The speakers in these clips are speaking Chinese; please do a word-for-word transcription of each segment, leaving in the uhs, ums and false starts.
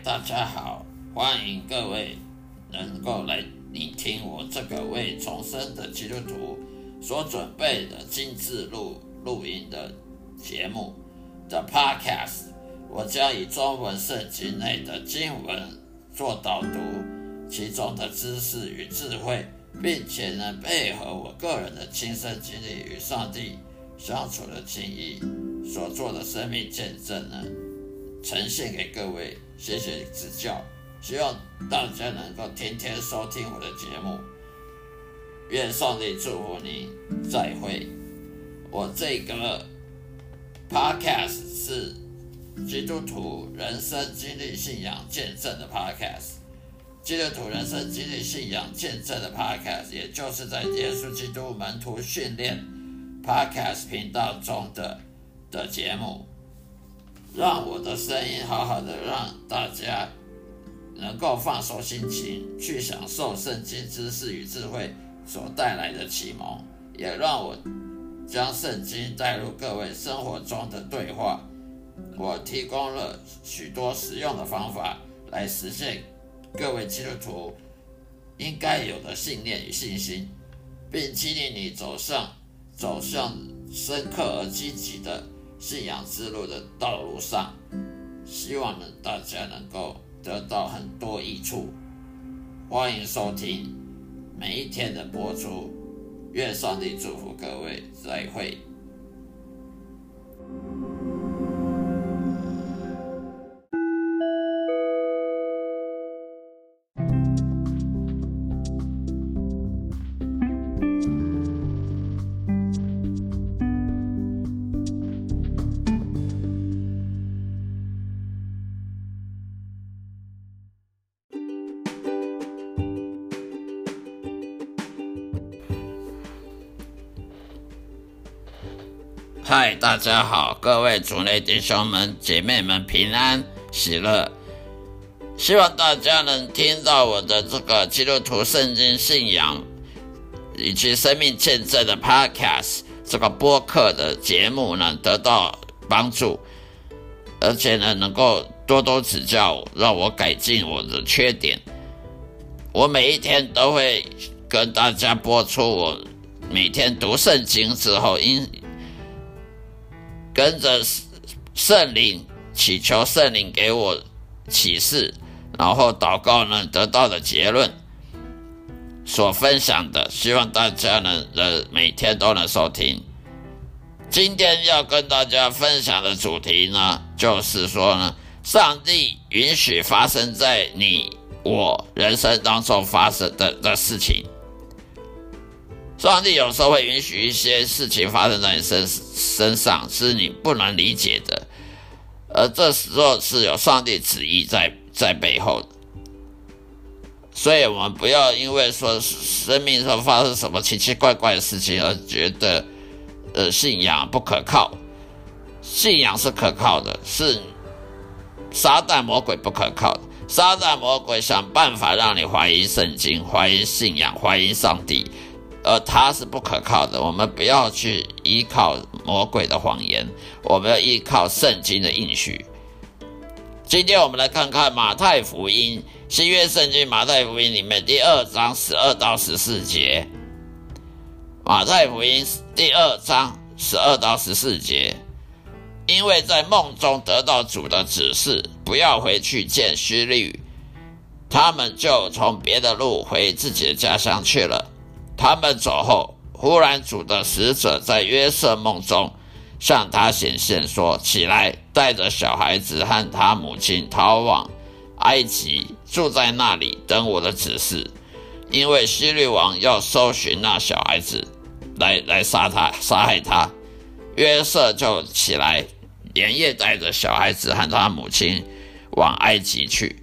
大家好，欢迎各位能够来聆听我这个为重生的基督徒所准备的精致录录音的节目的 Podcast。 我将以中文圣经内的经文做导读，其中的知识与智慧，并且能配合我个人的亲身经历与上帝相处的经历所做的生命见证呢，呈现给各位，谢谢指教。希望大家能够天天收听我的节目，愿上帝祝福你，再会。我这个 podcast 是基督徒人生经历信仰见证的 podcast， 基督徒人生经历信仰见证的 podcast， 也就是在耶稣基督门徒训练 podcast 频道中的的节目，让我的声音好好的让大家能够放松心情，去享受圣经知识与智慧所带来的启蒙，也让我将圣经带入各位生活中的对话。我提供了许多实用的方法来实现各位基督徒应该有的信念与信心，并激励你走上走向深刻而积极的信仰之路的道路上。希望呢大家能够得到很多益处。欢迎收听每一天的播出，愿上帝祝福各位，再会。嗨，大家好，各位主内弟兄们姐妹们平安喜乐。希望大家能听到我的这个基督徒圣经信仰以及生命见证的 Podcast 这个播客的节目呢得到帮助，而且呢能够多多指教，让我改进我的缺点。我每一天都会跟大家播出我每天读圣经之后因跟着圣灵祈求圣灵给我启示，然后祷告呢得到的结论所分享的，希望大家呢每天都能收听。今天要跟大家分享的主题呢，就是说呢，上帝允许发生在你我人生当中发生的的事情。上帝有时候会允许一些事情发生在你 身, 身上，是你不能理解的，而这时候是有上帝旨意在在背后的。所以我们不要因为说生命上发生什么奇奇怪怪的事情而觉得呃信仰不可靠。信仰是可靠的，是撒旦魔鬼不可靠的。撒旦魔鬼想办法让你怀疑圣经，怀疑信仰，怀疑上帝，而他是不可靠的。我们不要去依靠魔鬼的谎言，我们要依靠圣经的应许。今天我们来看看马太福音，新约圣经马太福音里面第二章十二到十四节。马太福音第二章十二到十四节，因为在梦中得到主的指示，不要回去见希律，他们就从别的路回自己的家乡去了。他们走后，忽然主的使者在约瑟梦中向他显现说，起来，带着小孩子和他母亲逃往埃及，住在那里等我的指示，因为希律王要搜寻那小孩子来来杀他杀害他。约瑟就起来，连夜带着小孩子和他母亲往埃及去。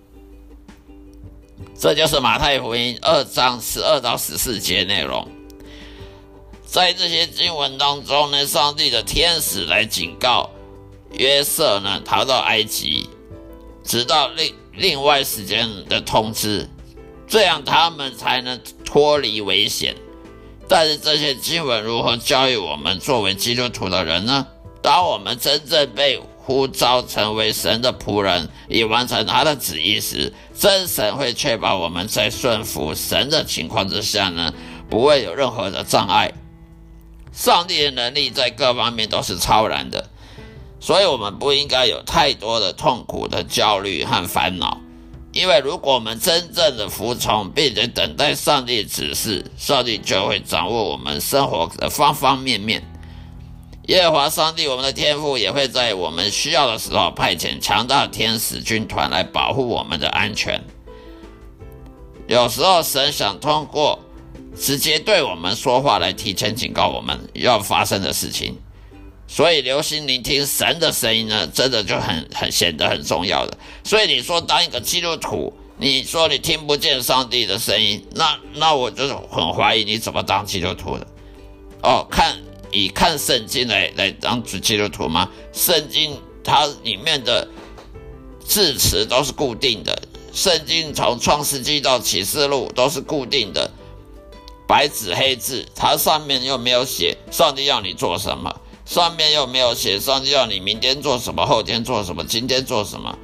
这就是马太福音二章十二到十四节内容。在这些经文当中呢，上帝的天使来警告约瑟呢逃到埃及，直到另另外时间的通知，这样他们才能脱离危险。但是这些经文如何教育我们作为基督徒的人呢？当我们真正被呼召成为神的仆人，以完成他的旨意时，真神会确保我们在顺服神的情况之下呢，不会有任何的障碍。上帝的能力在各方面都是超然的，所以我们不应该有太多的痛苦的焦虑和烦恼。因为如果我们真正的服从并且等待上帝指示，上帝就会掌握我们生活的方方面面。耶和华上帝我们的天父也会在我们需要的时候派遣强大的天使军团来保护我们的安全。有时候神想通过直接对我们说话来提前警告我们要发生的事情，所以留心聆听神的声音呢，真的就很很显得很重要的。所以你说当一个基督徒，你说你听不见上帝的声音，那那我就很怀疑你怎么当基督徒的。哦，看以看圣经来来当基督徒吗？圣经它里面的字词都是固定的，圣经从创世纪到启示录都是固定的，白纸黑字，它上面又没有写上帝要你做什么，上面又没有写上帝要你明天做什么，后天做什么，今天做什么，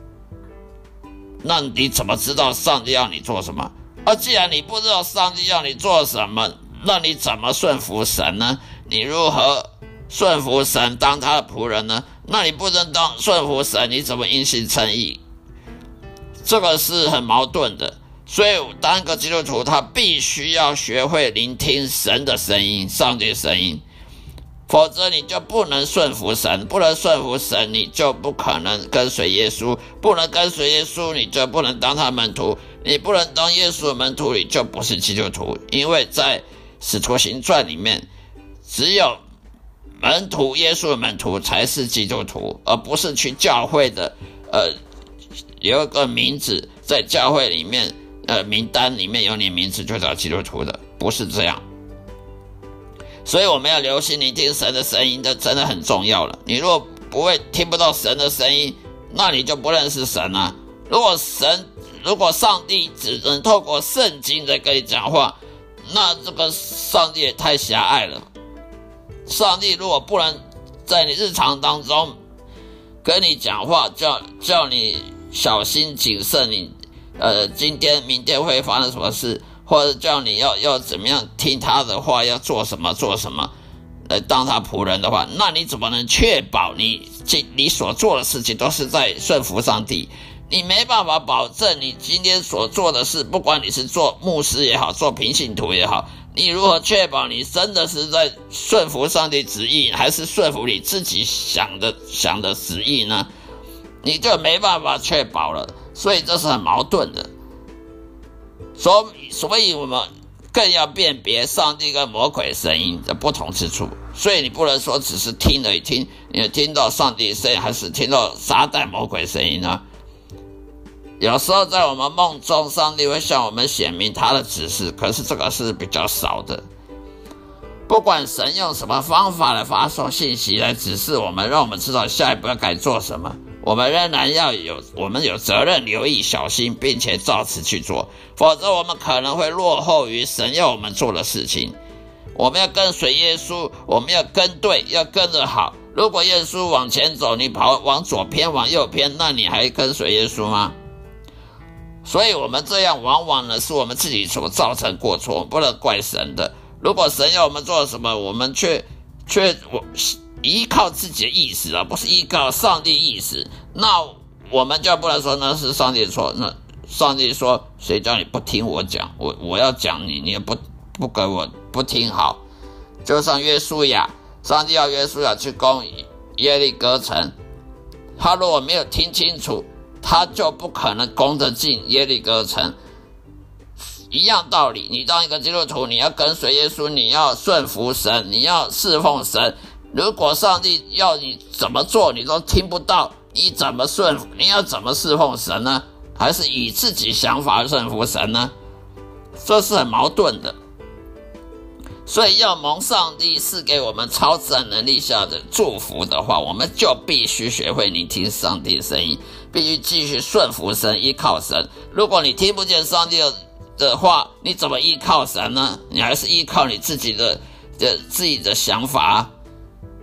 那你怎么知道上帝要你做什么？而既然你不知道上帝要你做什么，那你怎么顺服神呢？你如何顺服神当他的仆人呢？那你不能当顺服神，你怎么因信称义？这个是很矛盾的。所以当一个基督徒，他必须要学会聆听神的声音，上帝的声音，否则你就不能顺服神，不能顺服神，你就不可能跟随耶稣，不能跟随耶稣，你就不能当他门徒，你不能当耶稣的门徒，你就不是基督徒。因为在使徒行传里面，只有门徒，耶稣的门徒才是基督徒，而不是去教会的呃有一个名字在教会里面呃名单里面有你名字就叫基督徒的，不是这样。所以我们要留心聆听神的声音，这真的很重要了。你如果不会听不到神的声音，那你就不认识神啊。如果神如果上帝只能透过圣经在跟你讲话，那这个上帝也太狭隘了。上帝如果不能在你日常当中跟你讲话，叫叫你小心谨慎，你呃今天明天会发生什么事，或者叫你要要怎么样听他的话，要做什么做什么，呃当他仆人的话，那你怎么能确保你你所做的事情都是在顺服上帝？你没办法保证你今天所做的事，不管你是做牧师也好，做平信徒也好，你如何确保你真的是在顺服上帝旨意，还是顺服你自己想的想的旨意呢？你就没办法确保了，所以这是很矛盾的。所以所以我们更要辨别上帝跟魔鬼声音的不同之处。所以你不能说只是听而已，听你听到上帝声音，还是听到撒旦魔鬼声音呢？有时候在我们梦中，上帝会向我们显明他的指示，可是这个是比较少的。不管神用什么方法来发送信息来指示我们，让我们知道下一步要该做什么，我们仍然要有我们有责任留意小心，并且照此去做，否则我们可能会落后于神要我们做的事情。我们要跟随耶稣，我们要跟对，要跟得好。如果耶稣往前走，你跑往左偏往右偏，那你还跟随耶稣吗？所以我们这样往往呢是我们自己所造成过错，不能怪神的。如果神要我们做什么，我们却却依靠自己的意识，而不是依靠上帝意识，那我们就不能说那是上帝的错。那上帝说谁叫你不听我讲，我我要讲你，你也不不给我不听好。就像约书亚，上帝要约书亚去攻耶利哥城，他如果没有听清楚，他就不可能攻得进耶利哥城。一样道理，你当一个基督徒，你要跟随耶稣，你要顺服神，你要侍奉神。如果上帝要你怎么做你都听不到，你怎么顺服？你要怎么侍奉神呢？还是以自己想法顺服神呢？这是很矛盾的。所以要蒙上帝赐给我们超自然能力下的祝福的话，我们就必须学会聆听上帝的声音，必须继续顺服神，依靠神。如果你听不见上帝的话，你怎么依靠神呢？你还是依靠你自己的的自己的想法。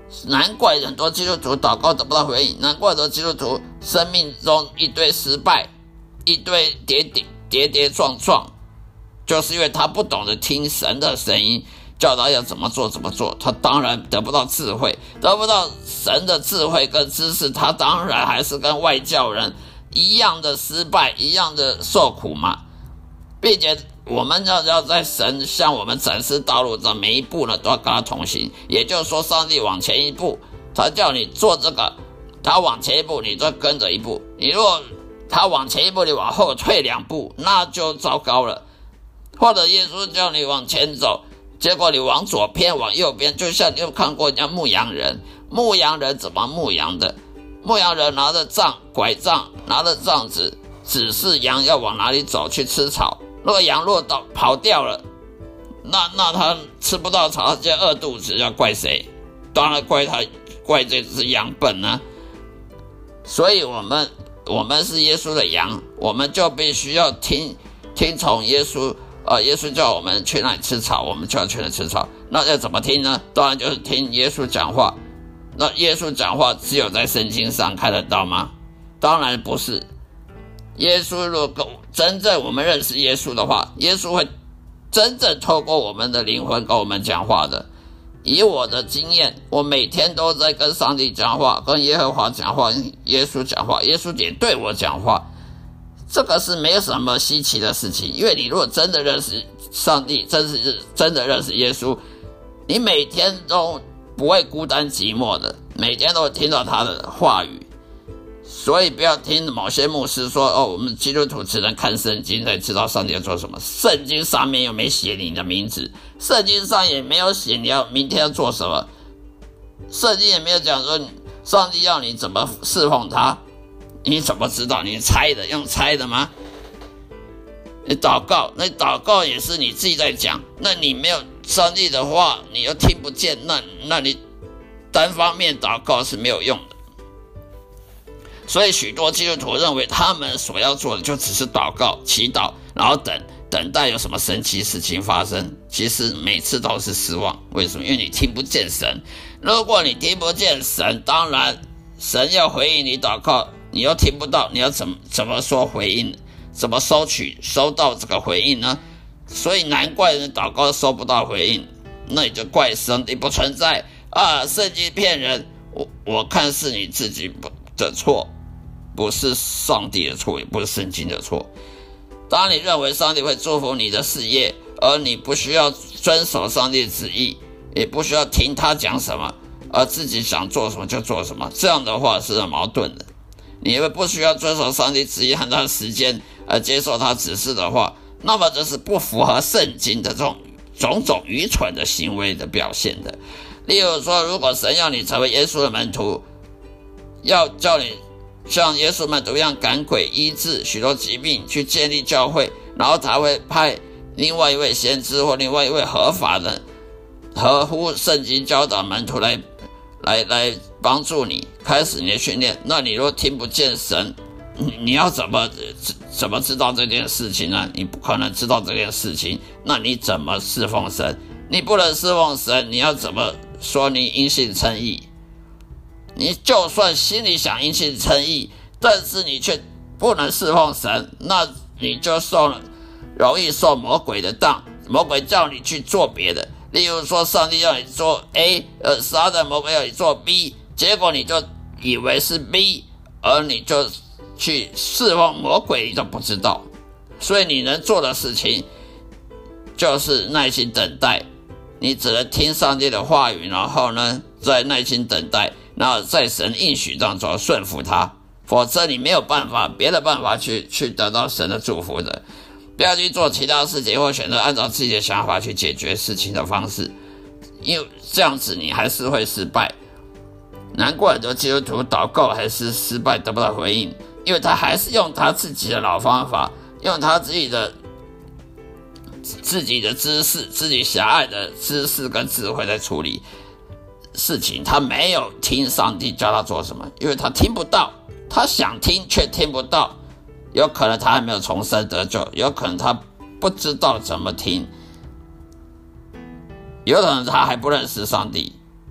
难怪很多基督徒祷告得不到回应，难怪很多基督徒生命中一堆失败，一堆跌跌跌跌撞撞，就是因为他不懂得听神的声音，叫他要怎么做怎么做，他当然得不到智慧，得不到神的智慧跟知识，他当然还是跟外教人一样的失败，一样的受苦嘛。并且我们要要在神向我们展示道路的每一步呢，都要跟他同行。也就是说，上帝往前一步，他叫你做这个，他往前一步，你就跟着一步。你如果他往前一步，你往后退两步，那就糟糕了。或者耶稣叫你往前走，结果你往左偏往右边，就像你有看过人家牧羊人，牧羊人怎么牧羊的？牧羊人拿着杖拐杖，拿着杖子指示羊要往哪里走去吃草。如果羊落到跑掉了，那那他吃不到草，他就饿肚子，要怪谁？当然怪他，怪这只羊笨啊。所以我们我们是耶稣的羊，我们就必须要听听从耶稣。呃，耶稣叫我们去那里吃草，我们就要去那里吃草。那要怎么听呢？当然就是听耶稣讲话。那耶稣讲话只有在圣经上看得到吗？当然不是。耶稣如果真正我们认识耶稣的话，耶稣会真正透过我们的灵魂跟我们讲话的。以我的经验，我每天都在跟上帝讲话，跟耶和华讲话，耶稣讲话，耶稣也对我讲话。这个是没有什么稀奇的事情，因为你如果真的认识上帝，真是真的认识耶稣，你每天都不会孤单寂寞的，每天都会听到他的话语。所以不要听某些牧师说，哦，我们基督徒只能看圣经才知道上帝要做什么。圣经上面又没写你的名字，圣经上也没有写你要明天要做什么，圣经也没有讲说上帝要你怎么侍奉他，你怎么知道？你猜的，用猜的吗？你祷告，那祷告也是你自己在讲，那你没有上帝的话，你又听不见，那那你单方面祷告是没有用的。所以许多基督徒认为他们所要做的就只是祷告、祈祷，然后等等待有什么神奇事情发生。其实每次都是失望。为什么？因为你听不见神。如果你听不见神，当然神要回应你祷告，你又听不到，你要怎么怎么说回应？怎么收取收到这个回应呢？所以难怪人祷告收不到回应，那你就怪上帝不存在啊！圣经骗人，我我看是你自己的错。不是上帝的错，也不是圣经的错。当你认为上帝会祝福你的事业，而你不需要遵守上帝的旨意，也不需要听他讲什么，而自己想做什么就做什么，这样的话是很矛盾的。你不需要遵守上帝旨意和他的时间而接受他指示的话，那么这是不符合圣经的这种种种愚蠢的行为的表现的。例如说，如果神要你成为耶稣的门徒，要叫你像耶稣门徒一样赶鬼、医治许多疾病，去建立教会，然后他会派另外一位先知或另外一位合法的、合乎圣经教导门徒来来来帮助你开始你的训练。那你若听不见神，你你要怎么怎么知道这件事情呢？你不可能知道这件事情，那你怎么侍奉神？你不能侍奉神，你要怎么说你因信称义？你就算心里想因信称义，但是你却不能侍奉神，那你就受了容易受魔鬼的当。魔鬼叫你去做别的，例如说上帝要你做 A， 呃，撒旦魔鬼要你做 B， 结果你就以为是 B， 而你就去侍奉魔鬼，你都不知道。所以你能做的事情就是耐心等待，你只能听上帝的话语，然后呢再耐心等待，然后在神应许当中顺服他，否则你没有办法别的办法去去得到神的祝福的。不要去做其他事情，或选择按照自己的想法去解决事情的方式，因为这样子你还是会失败。难怪很多基督徒祷告还是失败，得不到回应，因为他还是用他自己的老方法，用他自己的自己的知识，自己狭隘的知识跟智慧在处理事情。他没有听上帝教他做什么，因为他听不到，他想听却听不到。有可能他还没有重生得救，有可能他不知道怎么听，有可能他还不认识上帝，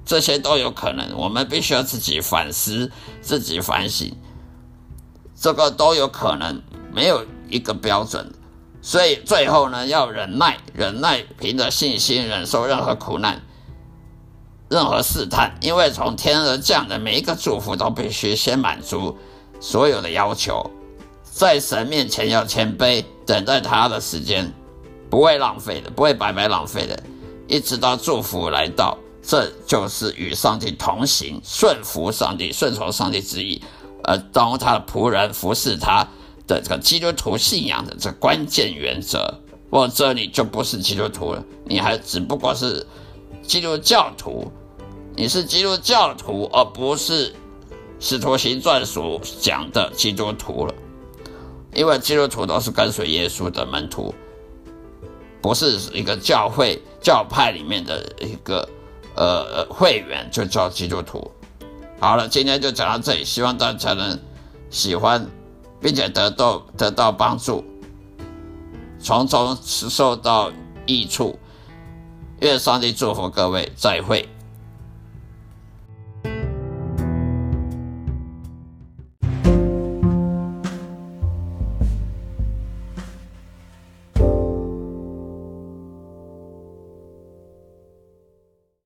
这些都有可能，我们必须要自己反思，自己反省，这个都有可能，没有一个标准。所以最后呢，要忍耐，忍耐，凭着信心忍受任何苦难，任何试探，因为从天而降的每一个祝福都必须先满足所有的要求，在神面前要谦卑，等待他的时间，不会浪费的，不会白白浪费的，一直到祝福来到。这就是与上帝同行，顺服上帝，顺从上帝之意，而当他的仆人服侍他的这个基督徒信仰的这关键原则。或者你就不是基督徒了，你还只不过是基督教徒，你是基督教徒，而不是使徒行传所讲的基督徒了。因为基督徒都是跟随耶稣的门徒，不是一个教会教派里面的一个呃会员就叫基督徒。好了，今天就讲到这里，希望大家能喜欢，并且得到得到帮助，从中受到益处。愿上帝祝福各位，再会。